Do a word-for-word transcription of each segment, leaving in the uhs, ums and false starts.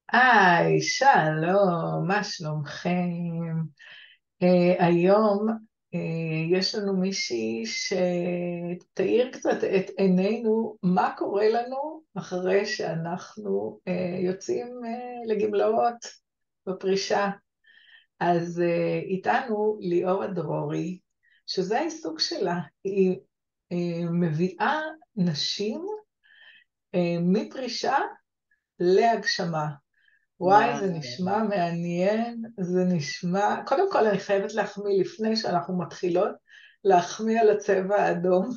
היי, שלום, מה שלומכם? אה, היום אה, יש לנו מישהי שתאיר קצת את עינינו מה קורה לנו אחרי שאנחנו אה, יוצאים אה, לגמלאות בפרישה. אז אה, איתנו ליאורה דרורי, שזה העיסוק שלה, היא אה, מביאה נשים אה, מפרישה להגשמה. וואי, זה וואו. נשמע מעניין, זה נשמע... קודם כל, אני חייבת להחמיא לפני שאנחנו מתחילות, להחמיא על הצבע האדום,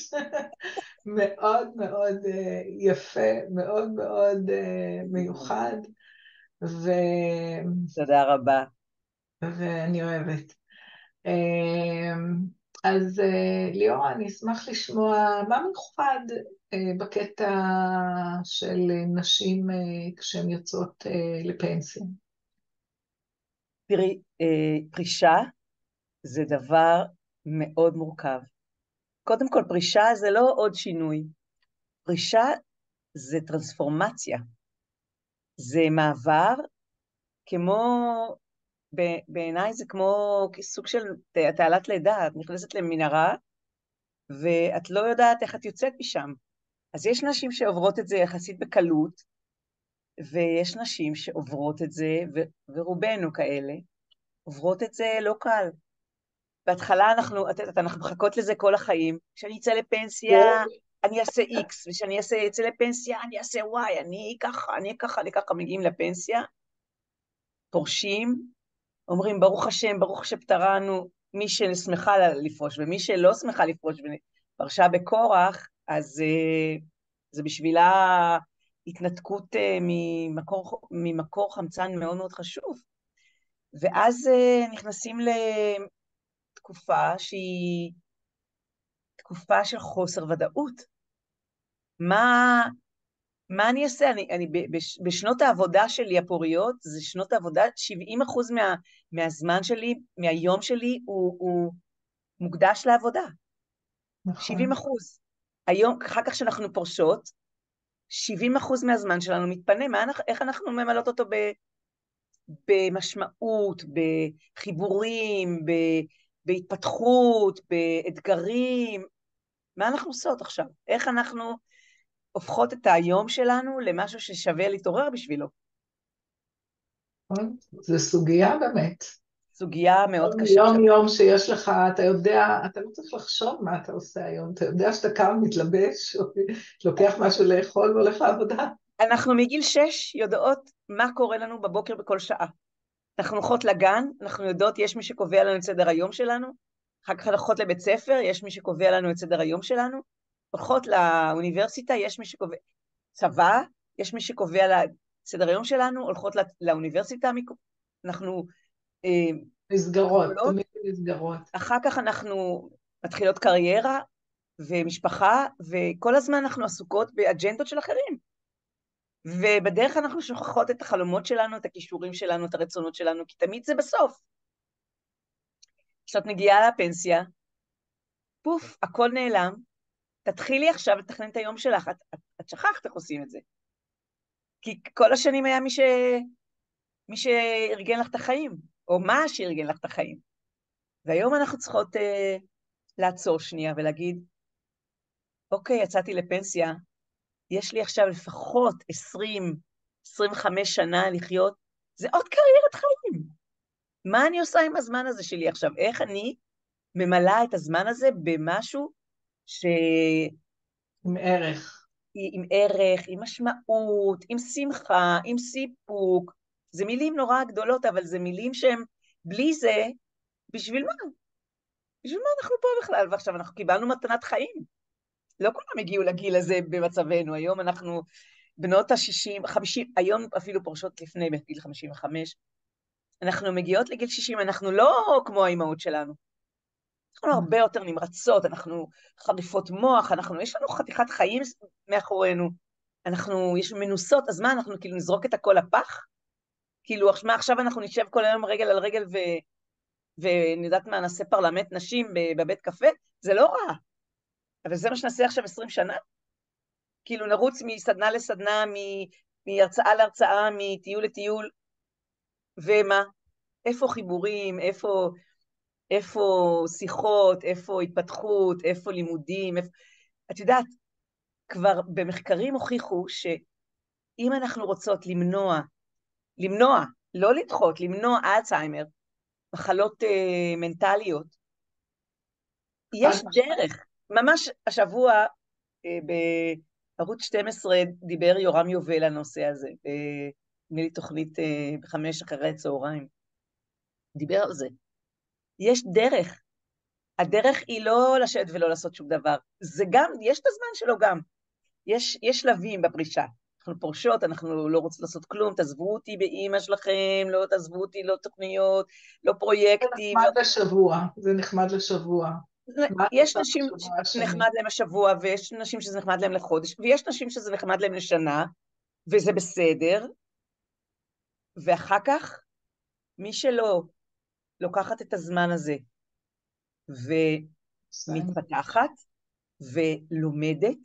מאוד מאוד אה, יפה, מאוד מאוד אה, מיוחד, ו... תודה רבה. ואני אוהבת. אה, אז אה, ליאורה, אני אשמח לשמוע מה מיוחד אה, בקטע של נשים אה, כשהן יוצאות אה, לפנסיה. תראי, אה, פרישה זה דבר מאוד מורכב. קודם כל, פרישה זה לא עוד שינוי. פרישה זה טרנספורמציה. זה מעבר כמו, ב- בעיניי זה כמו סוג של ת- תעלת לידה. את נכנסת למנהרה ואת לא יודעת איך את יוצאת משם. אז יש נשים שעוברות את זה יחסית בקלות, ויש נשים שעוברות את זה, ו- ורובנו כאלה, עוברות את זה לא קל. בהתחלה אנחנו, את יודעת, אנחנו מחכות לזה כל החיים. כשאני אצא לפנסיה, אני אעשה X, וכשאני אעשה, אצא לפנסיה, אני אעשה Y, אני ככה, אני ככה, אני ככה, מגיעים לפנסיה, פורשים, אומרים, ברוך השם, ברוך שפטרנו, מי ששמחה לפרוש, ומי שלא שמחה לפרוש, ופרשה בקורח, אז uh, זה בשבילה התנתקות uh, ממקור, ממקור חמצן מאוד מאוד חשוב. ואז uh, נכנסים לתקופה שהיא תקופה של חוסר ודאות. מה, מה אני אעשה? אני, אני, בש, בשנות העבודה שלי הפוריות, זה שנות העבודה, שבעים אחוז מה, מהזמן שלי, מהיום שלי, הוא, הוא מוקדש לעבודה. שבעים נכון. אחוז. היום, אחר כך שאנחנו פורשות, שבעים אחוז מהזמן שלנו מתפנה. מה, אנחנו- איך אנחנו ממלאות אותו ב, במשמעות, בחיבורים, ב, בהתפתחות, באתגרים? מה אנחנו עושות עכשיו? איך אנחנו הופכות את היום שלנו למשהו ששווה להתעורר בשבילו? נכון? זו סוגיה באמת. סוגיה מאוד קשה. עכשיו, יום יום שיש לך, אתה יודע, אתה לא צריך לחשוב מה אתה עושה היום, אתה יודע שאתה קם, מתלבש, או לוקח משהו לאכול והולך לעבודה. אנחנו מגיל שש יודעות מה קורה לנו בבוקר בכל שעה. אנחנו הולכות לגן, אנחנו יודעות, יש מי שקובע לנו את סדר היום שלנו, אחר כך הולכות לבית ספר, יש מי שקובע לנו את סדר היום שלנו, הולכות לאוניברסיטה, יש מי שקובע, צבא, יש מי שקובע לה- סדר היום שלנו, הולכות לא, לאוניברסיטה, אנחנו אה, מסגרות, גדולות, תמיד מסגרות. אחר כך אנחנו מתחילות קריירה ומשפחה, וכל הזמן אנחנו עסוקות באג'נדות של אחרים. ובדרך אנחנו שוכחות את החלומות שלנו, את הכישורים שלנו, את הרצונות שלנו, כי תמיד זה בסוף. כשאת מגיעה לפנסיה, פוף, הכל נעלם, תתחילי עכשיו לתכנן את היום שלך, את, את, את שכחת איך עושים את זה. כי כל השנים היה מי, ש, מי שארגן לך את החיים, או מה שארגן לך את החיים. והיום אנחנו צריכות uh, לעצור שנייה ולהגיד, אוקיי, יצאתי לפנסיה, יש לי עכשיו לפחות עשרים, עשרים וחמש שנה לחיות, זה עוד קריירת חיים. מה אני עושה עם הזמן הזה שלי עכשיו? איך אני ממלאה את הזמן הזה במשהו שעם עם ערך. ערך, עם משמעות, עם שמחה, עם סיפוק? זה מילים נורא גדולות, אבל זה מילים שהם, בלי זה, בשביל מה? בשביל מה אנחנו פה בכלל? ועכשיו אנחנו קיבלנו מתנת חיים. לא כולם הגיעו לגיל הזה במצבנו. היום אנחנו בנות ה-שישים, חמישים, היום אפילו פורשות לפני בגיל חמישים וחמש. אנחנו מגיעות לגיל שישים, אנחנו לא כמו האימהות שלנו. אנחנו הרבה יותר נמרצות, אנחנו חריפות מוח, אנחנו, יש לנו חתיכת חיים מאחורינו, אנחנו, יש מנוסות, אז מה, אנחנו כאילו נזרוק את הכל לפח? כאילו, מה, עכשיו אנחנו נשב כל היום רגל על רגל ו... ואני יודעת מה, נעשה פרלמנט נשים בבית קפה? זה לא רע, אבל זה מה שנעשה עכשיו עשרים שנה? כאילו נרוץ מסדנה לסדנה, מהרצאה להרצאה, מטיול לטיול, ומה? איפה חיבורים, איפה, איפה שיחות, איפה התפתחות, איפה לימודים, איפה... את יודעת, כבר במחקרים הוכיחו שאם אנחנו רוצות למנוע, למנוע, לא לדחות, למנוע אלצהיימר, מחלות אה, מנטליות, יש דרך. ממש השבוע אה, בערוץ שתים עשרה דיבר יורם יובל על הנושא הזה, נדמה לי תוכנית אה, בחמש אחרי הצהריים. דיבר על זה. יש דרך. הדרך היא לא לשבת ולא לעשות שום דבר. זה גם, יש את הזמן שלו גם. יש, יש שלבים בפרישה. אנחנו פורשות, אנחנו לא רוצים לעשות כלום, תעזבו אותי באמא שלכם, לא תעזבו אותי, לא תוכניות, לא זה פרויקטים. נחמד לא... לשבוע, זה נחמד לשבוע. מה את יש עושה נשים בשבוע השני? שנחמד להם השבוע, ויש נשים שזה נחמד להם לחודש, ויש נשים שזה נחמד להם לשנה, וזה בסדר, ואחר כך, מי שלא לוקחת את הזמן הזה, ומתפתחת, ולומדת,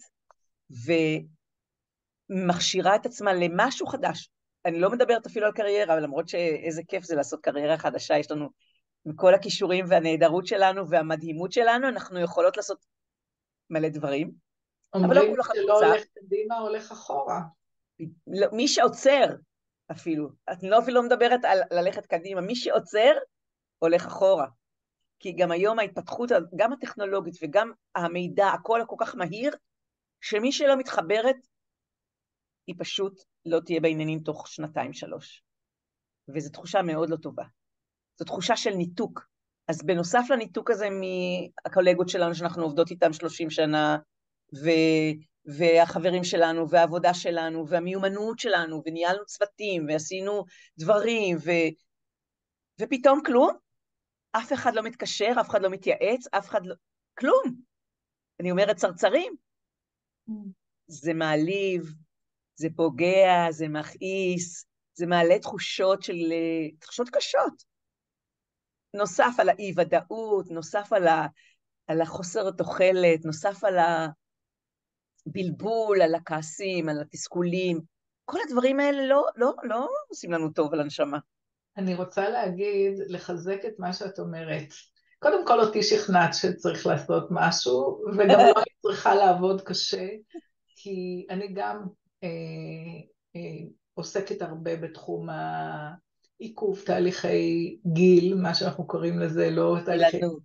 ומכשירה את עצמה למשהו חדש. אני לא מדברת אפילו על קריירה, אבל למרות שאיזה כיף זה לעשות קריירה חדשה, יש לנו, עם כל הכישורים והנהדרות שלנו, והמדהימות שלנו, אנחנו יכולות לעשות מלא דברים, אבל לא אומרים כולך שלא רוצה. הולך קדימה, הולך אחורה. מי שעוצר אפילו, אני לא אפילו לא מדברת על ללכת קדימה, מי שעוצר הולך אחורה. כי גם היום ההתפתחות, גם הטכנולוגית וגם המידע, הכל כל כך מהיר, שמי שלא מתחברת, היא פשוט לא תהיה בעניינים תוך שנתיים, שלוש. וזו תחושה מאוד לא טובה. זו תחושה של ניתוק. אז בנוסף לניתוק הזה מהקולגות שלנו, שאנחנו עובדות איתם שלושים שנה, ו... והחברים שלנו, והעבודה שלנו, והמיומנות שלנו, וניהלנו צוותים, ועשינו דברים, ו... ופתאום כלום, אף אחד לא מתקשר, אף אחד לא מתייעץ, אף אחד לא... כלום. אני אומרת צרצרים. זה מעליב, זה פוגע, זה מכעיס, זה מעלה תחושות של... תחושות קשות. נוסף על האי-ודאות, נוסף על, ה... על החוסר התוחלת, נוסף על הבלבול, על הכעסים, על התסכולים. כל הדברים האלה לא, לא, לא עושים לנו טוב על הנשמה. אני רוצה להגיד, לחזק את מה שאת אומרת. קודם כל אותי שכנעת שצריך לעשות משהו, וגם לא היא צריכה לעבוד קשה, כי אני גם אה, אה, עוסקת הרבה בתחום העיכוב, תהליכי גיל, מה שאנחנו קוראים לזה, לא תהליכי... אילנות.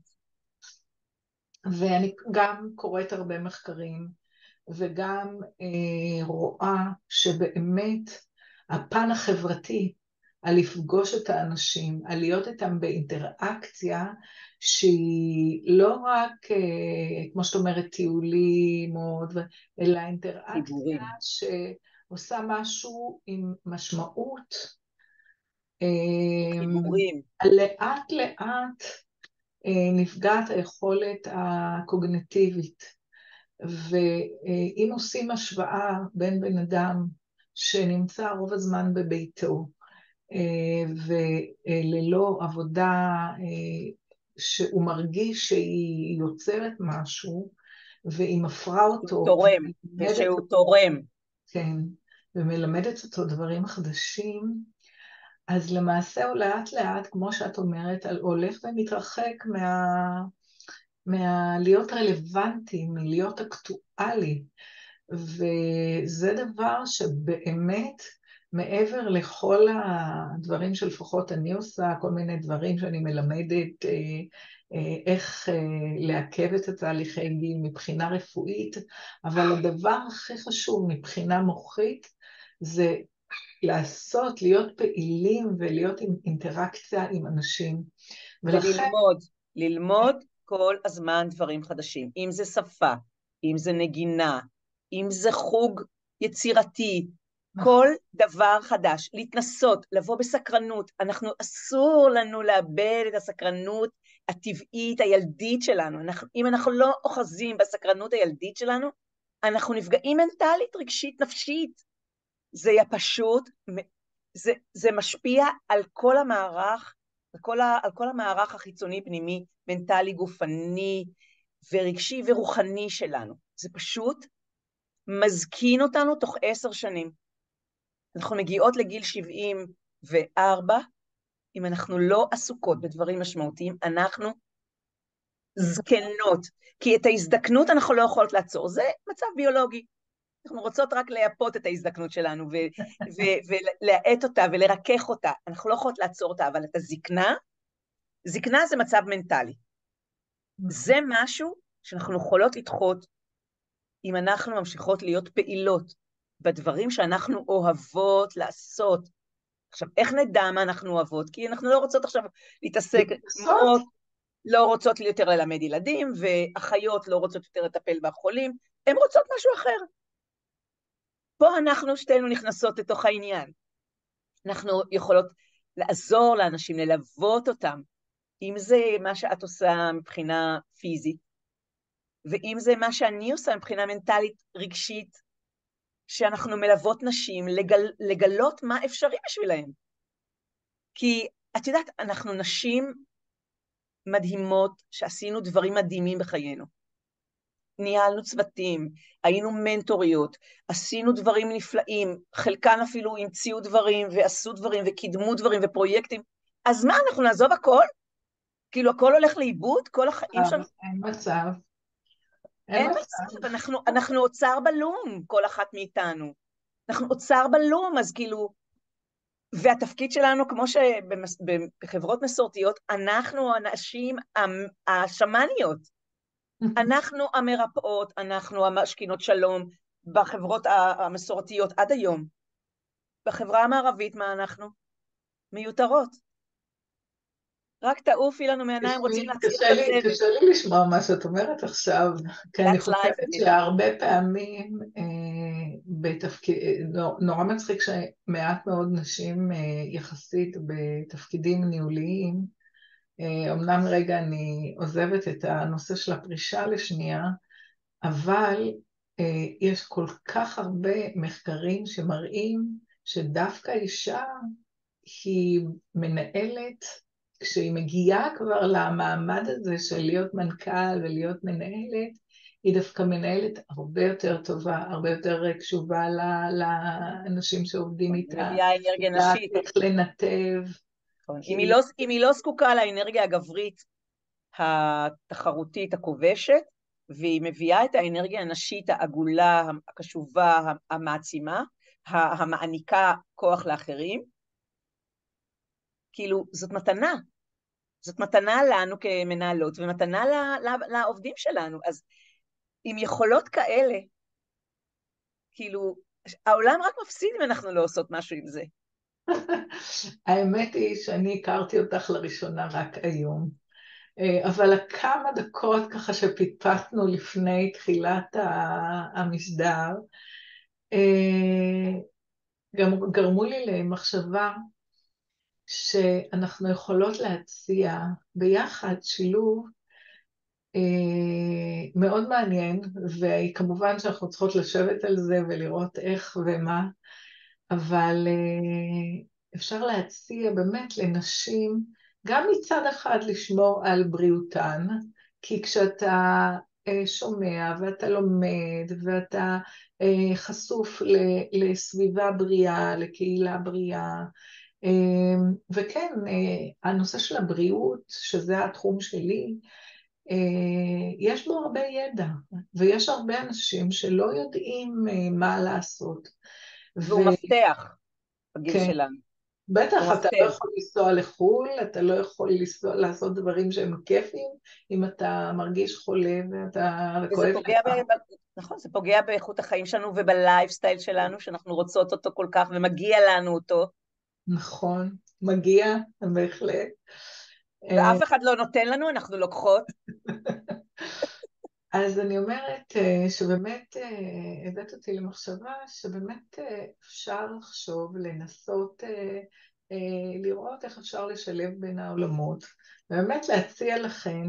ואני גם קוראת הרבה מחקרים, וגם אה, רואה שבאמת הפן החברתי, על לפגוש את האנשים, על להיות איתם באינטראקציה, שהיא לא רק, אה, כמו שאת אומרת, טיולים, אלא אינטראקציה דיבורים. שעושה משהו עם משמעות, חיבורים. לאט לאט נפגעת היכולת הקוגניטיבית. ואם עושים השוואה בין בן אדם שנמצא רוב הזמן בביתו, וללא עבודה שהוא מרגיש שהיא יוצרת משהו, והיא מפרה אותו, תורם, ושהוא תורם. כן, ומלמדת אותו דברים חדשים, אז למעשה הוא לאט לאט, כמו שאת אומרת, הולך ומתרחק מה... מהלהיות רלוונטי, מלהיות אקטואלי, וזה דבר שבאמת, מעבר לכל הדברים שלפחות אני עושה, כל מיני דברים שאני מלמדת, איך לעכב את התהליכי גיל מבחינה רפואית, אבל הדבר הכי חשוב מבחינה מוחית, זה לעשות, להיות פעילים ולהיות עם אינטראקציה עם אנשים. ולכן... וללמוד, ללמוד כל הזמן דברים חדשים, אם זה שפה, אם זה נגינה, אם זה חוג יצירתי, כל דבר חדש, להתנסות, לבוא בסקרנות, אנחנו אסור לנו לאבד את הסקרנות הטבעית, הילדית שלנו, אנחנו, אם אנחנו לא אוחזים בסקרנות הילדית שלנו, אנחנו נפגעים מנטלית, רגשית, נפשית, זה היה פשוט, זה, זה משפיע על כל המערך, על כל, ה, על כל המערך החיצוני פנימי, מנטלי, גופני ורגשי ורוחני שלנו. זה פשוט מזכין אותנו תוך עשר שנים. אנחנו מגיעות לגיל שבעים וארבע, אם אנחנו לא עסוקות בדברים משמעותיים, אנחנו זקנות, כי את ההזדקנות אנחנו לא יכולות לעצור, זה מצב ביולוגי. אנחנו רוצות רק לייפות את ההזדקנות שלנו, ולהאט אותה ולרכך אותה, אנחנו לא יכולות לעצור אותה, אבל את הזקנה, זקנה זה מצב מנטלי. זה משהו שאנחנו יכולות לדחות, אם אנחנו ממשיכות להיות פעילות, בדברים שאנחנו אוהבות לעשות. עכשיו, איך נדע מה אנחנו אוהבות? כי אנחנו לא רוצות עכשיו להתעסק, מות לא רוצות יותר ללמד ילדים, ואחיות לא רוצות יותר לטפל בחולים, הן רוצות משהו אחר. פה אנחנו שתינו נכנסות לתוך העניין. אנחנו יכולות לעזור לאנשים, ללוות אותם, אם זה מה שאת עושה מבחינה פיזית, ואם זה מה שאני עושה מבחינה מנטלית, רגשית, שאנחנו מלוות נשים לגל, לגלות מה אפשרי בשבילהם. כי את יודעת, אנחנו נשים מדהימות שעשינו דברים מדהימים בחיינו. ניהלנו צוותים, היינו מנטוריות, עשינו דברים נפלאים, חלקן אפילו המציאו דברים ועשו דברים וקידמו דברים ופרויקטים. אז מה, אנחנו נעזוב הכל? כאילו הכל הולך לאיבוד? כל החיים שלנו? אין מצב. אין מצב, אנחנו, אנחנו אוצר בלום, כל אחת מאיתנו. אנחנו אוצר בלום, אז כאילו, והתפקיד שלנו, כמו שבחברות מסורתיות, אנחנו הנשים השמניות, אנחנו המרפאות, אנחנו המשכינות שלום, בחברות המסורתיות עד היום. בחברה המערבית, מה אנחנו? מיותרות. רק תעופי לנו מעיניים, רוצים להציל את הצוות. קשה לי לשמוע מה שאת אומרת עכשיו, כי אני חושבת שהרבה פעמים בתפקיד, נורא מצחיק שמעט מאוד נשים יחסית בתפקידים ניהוליים, אמנם רגע אני עוזבת את הנושא של הפרישה לשנייה, אבל יש כל כך הרבה מחקרים שמראים שדווקא אישה היא מנהלת, כשהיא מגיעה כבר למעמד הזה של להיות מנכ"ל ולהיות מנהלת, היא דווקא מנהלת הרבה יותר טובה, הרבה יותר קשובה לאנשים שעובדים איתה. מביאה אנרגיה נשית. איך לנתב. אם היא לא, אם היא לא זקוקה לאנרגיה הגברית התחרותית, הכובשת, והיא מביאה את האנרגיה הנשית העגולה, הקשובה, המעצימה, המעניקה כוח לאחרים, כאילו, זאת מתנה. זאת מתנה לנו כמנהלות, ומתנה לעובדים שלנו. אז עם יכולות כאלה, כאילו, העולם רק מפסיד אם אנחנו לא עושות משהו עם זה. האמת היא שאני הכרתי אותך לראשונה רק היום, אבל כמה דקות ככה שפיתפנו לפני תחילת המשדר, גם גרמו לי למחשבה שאנחנו יכולות להציע ביחד שילוב מאוד מעניין, וכמובן שאנחנו צריכות לשבת על זה ולראות איך ומה, אבל אפשר להציע באמת לנשים, גם מצד אחד לשמור על בריאותן, כי כשאתה שומע ואתה לומד ואתה חשוף לסביבה בריאה, לקהילה בריאה, וכן, הנושא של הבריאות, שזה התחום שלי, יש בו הרבה ידע, ויש הרבה אנשים שלא יודעים מה לעשות. והוא מפתח בגיל שלנו. בטח, אתה לא יכול לנסוע לחו"ל, אתה לא יכול לעשות דברים שהם כיפים, אם אתה מרגיש חולה ואתה כואב לך. נכון, זה פוגע באיכות החיים שלנו ובלייפסטייל שלנו, שאנחנו רוצות אותו כל כך, ומגיע לנו אותו. נכון, מגיע, בהחלט. ואף אחד לא נותן לנו, אנחנו לוקחות. אז אני אומרת שבאמת הבאת אותי למחשבה שבאמת אפשר לחשוב, לנסות לראות איך אפשר לשלב בין העולמות, ובאמת להציע לכם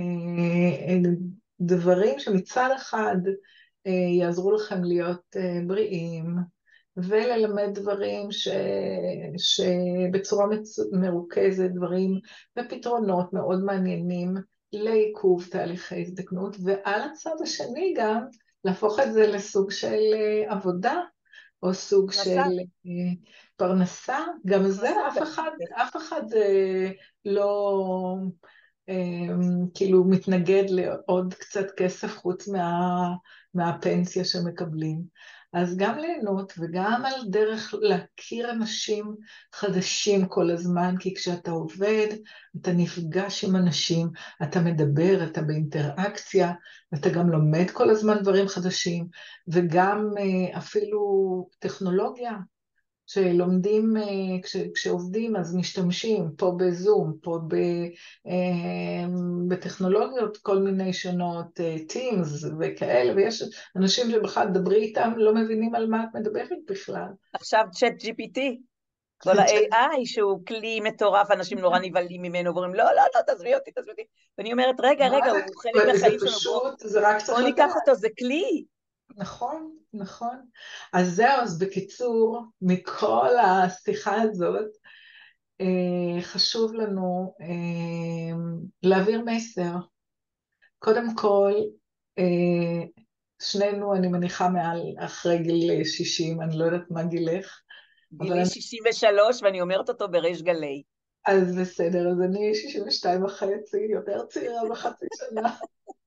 דברים שמצד אחד יעזרו לכם להיות בריאים, וללמד דברים ש... שבצורה מרוכזת, דברים ופתרונות מאוד מעניינים לעיכוב תהליכי הזדקנות, ועל הצד השני גם להפוך את זה לסוג של עבודה, או סוג של פרנסה, אה, פרנסה, גם זה פרנסה אף אחד, בכסף. אף אחד אה, לא אה, כאילו מתנגד לעוד קצת כסף חוץ מה, מהפנסיה שמקבלים. אז גם ליהנות וגם על דרך להכיר אנשים חדשים כל הזמן, כי כשאתה עובד, אתה נפגש עם אנשים, אתה מדבר, אתה באינטראקציה, אתה גם לומד כל הזמן דברים חדשים, וגם אה, אפילו טכנולוגיה, שלומדים, אה, כש, כשעובדים אז משתמשים פה בזום, פה ב, אה, בטכנולוגיות כל מיני שונות, Teams וכאלה, ויש אנשים שבכלל דברי איתם לא מבינים על מה את מדברת בכלל. עכשיו צ'אט ג'י פי טי, כל ה-איי איי שהוא כלי מטורף, אנשים נורא נבהלים ממנו, ואומרים, לא, לא, לא, תעזבי אותי, תעזבי אותי. ואני אומרת, רגע, מה רגע, זה, הוא חלק זה מהחיים שלנו, בוא, פשוט, זה רק בוא צריך לדעת. ניקח אותו, זה כלי. נכון, נכון. אז זהו, אז בקיצור, מכל השיחה הזאת, אה, חשוב לנו אה, להעביר מסר. קודם כל, אה, שנינו, אני מניחה, מעל אחרי גיל שישים, אני לא יודעת מה גילך, אבל גילי אני, שישים ושלוש, ואני אומרת אותו בריש גלי. אז בסדר, אז אני שישים ושתיים וחצי, יותר צעירה בחצי שנה.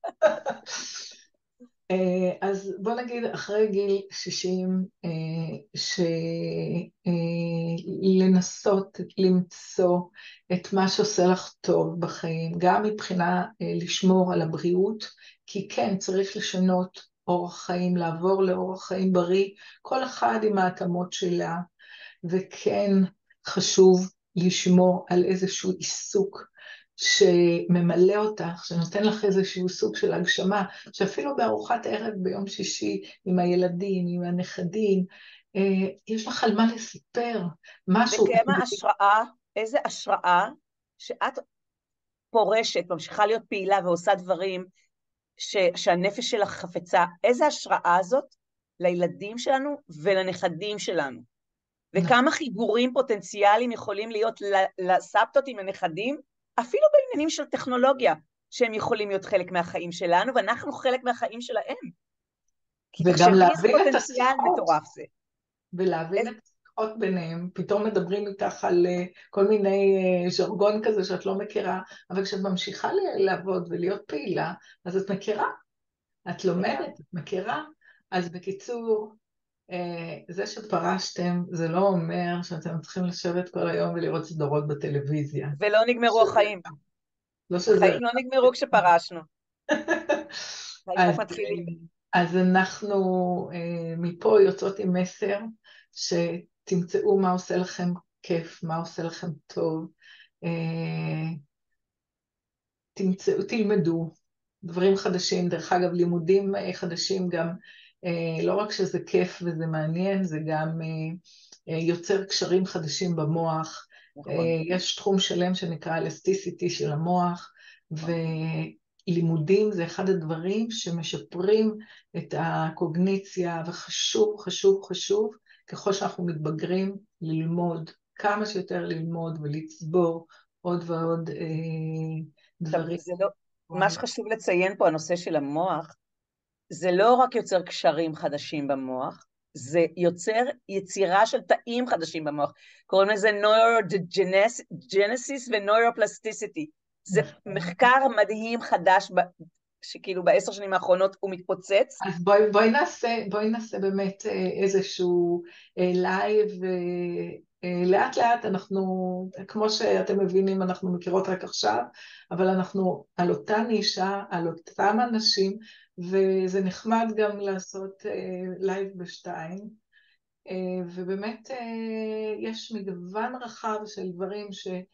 אה, אז בוא נגיד אחרי גיל שישים, שלנסות למצוא את מה שעושה לך טוב בחיים, גם מבחינה אה, לשמור על הבריאות, כי כן, צריך לשנות אורח חיים, לעבור לאורח חיים בריא, כל אחד עם ההתאמות שלה, וכן חשוב לשמור על איזשהו עיסוק שממלא אותך, שנותן לך איזשהו סוג של הגשמה, שאפילו בארוחת ערב ביום שישי עם הילדים, עם הנכדים, אה, יש לך על מה לספר, משהו. וכמה השראה, איזה השראה, שאת פורשת, ממשיכה להיות פעילה ועושה דברים, ש, שהנפש שלך חפצה, איזה השראה זאת לילדים שלנו ולנכדים שלנו. וכמה חיבורים פוטנציאליים יכולים להיות לסבתות עם הנכדים, אפילו בעניינים של טכנולוגיה, שהם יכולים להיות חלק מהחיים שלנו, ואנחנו חלק מהחיים שלהם. כי וגם תחשבי איזה להבין את פוטנציאל השיחות, מטורף זה. ולהבין איזה... את השיחות ביניהם, פתאום מדברים איתך על אה, כל מיני אה, ז'רגון כזה שאת לא מכירה, אבל כשאת ממשיכה ל- לעבוד ולהיות פעילה, אז את מכירה, את לגמרי. לומדת, את מכירה. אז בקיצור, אה, זה שפרשתם, זה לא אומר שאתם צריכים לשבת כל היום ולראות סדרות בטלוויזיה. ולא נגמרו שזה, החיים. לא שזה... החיים לא נגמרו כשפרשנו. החיים אז, רק מתחילים. אז אנחנו אה, מפה יוצאות עם מסר שתמצאו מה עושה לכם כיף, מה עושה לכם טוב, אה, תמצאו, תלמדו דברים חדשים, דרך אגב לימודים אה, חדשים גם, אה, לא רק שזה כיף וזה מעניין, זה גם אה, אה, יוצר קשרים חדשים במוח, נכון, אה, יש תחום שלם שנקרא אלסטיסיטי של המוח, נכון. ולימודים זה אחד הדברים שמשפרים את הקוגניציה, וחשוב, חשוב, חשוב, ככל שאנחנו מתבגרים, ללמוד, כמה שיותר ללמוד ולצבור עוד ועוד אה, עכשיו, דברים. זה לא... מה שחשוב לציין פה, הנושא של המוח, זה לא רק יוצר קשרים חדשים במוח, זה יוצר יצירה של תאים חדשים במוח. קוראים לזה נוירוג'נסיס ונוירופלסטיסיטי. זה נכון. מחקר מדהים חדש, שכאילו בעשר שנים האחרונות הוא מתפוצץ. אז בואי, בואי נעשה, בואי נעשה באמת אה, איזשהו אה, לייב, אה, לאט לאט אנחנו, כמו שאתם מבינים, אנחנו מכירות רק עכשיו, אבל אנחנו על אותה נישה, על אותם אנשים, וזה נחמד גם לעשות אה, לייב בשתיים, אה, ובאמת אה, יש מגוון רחב של דברים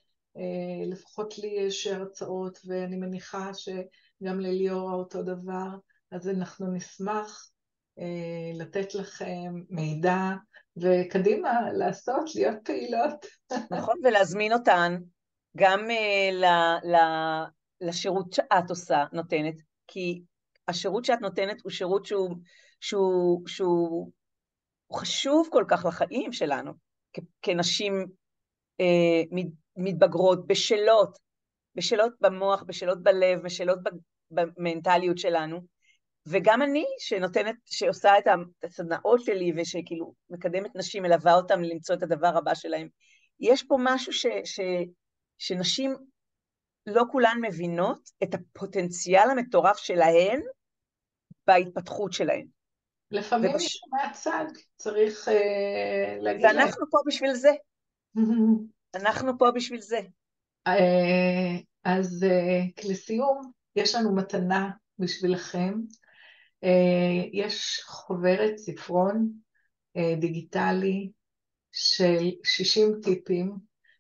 שלפחות לי יש הרצאות, ואני מניחה שגם לליאורה אותו דבר, אז אנחנו נשמח אה, לתת לכם מידע, וקדימה לעשות, להיות פעילות. נכון, ולהזמין אותן גם uh, ל, ל, לשירות שאת עושה, נותנת, כי השירות שאת נותנת הוא שירות שהוא, שהוא, שהוא הוא חשוב כל כך לחיים שלנו, כ, כנשים uh, מת, מתבגרות, בשלות, בשלות במוח, בשלות בלב, בשלות במנטליות שלנו, וגם אני, שנותנת, שעושה את הסדנאות שלי, ושכאילו מקדמת נשים, מלווה אותם למצוא את הדבר הבא שלהם. יש פה משהו ש, ש, שנשים לא כולן מבינות את הפוטנציאל המטורף שלהן בהתפתחות שלהן. לפעמים ובש... מישהו מהצד צריך אה, להגיד להם. ואנחנו פה בשביל זה. אנחנו פה בשביל זה. אה, אז אה, לסיום, יש לנו מתנה בשבילכם. אה, יש חוברת ספרון אה, דיגיטלי של שישים טיפים,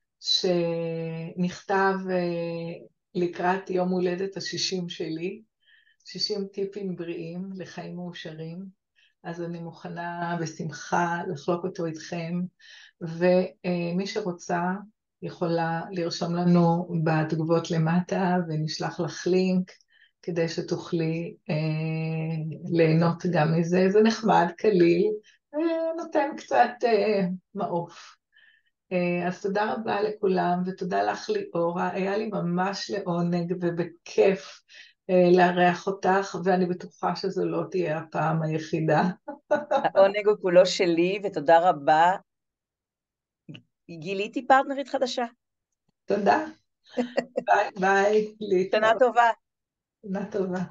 שנכתב אה, לקראת יום הולדת השישים שלי, שישים טיפים בריאים לחיים מאושרים, אז אני מוכנה בשמחה לחלוק אותו איתכם, ומי שרוצה יכולה לרשום לנו בתגובות למטה, ונשלח לך לינק, כדי שתוכלי אה, ליהנות גם מזה. זה נחמד, קליל, אה, נותן קצת אה, מעוף. אה, אז תודה רבה לכולם, ותודה לך ליאורה, היה לי ממש לעונג ובכיף אה, לארח אותך, ואני בטוחה שזו לא תהיה הפעם היחידה. העונג הוא כולו שלי, ותודה רבה. גיליתי פרטנרית חדשה. תודה, ביי ביי, שנה להתראות, טובה. שנה טובה.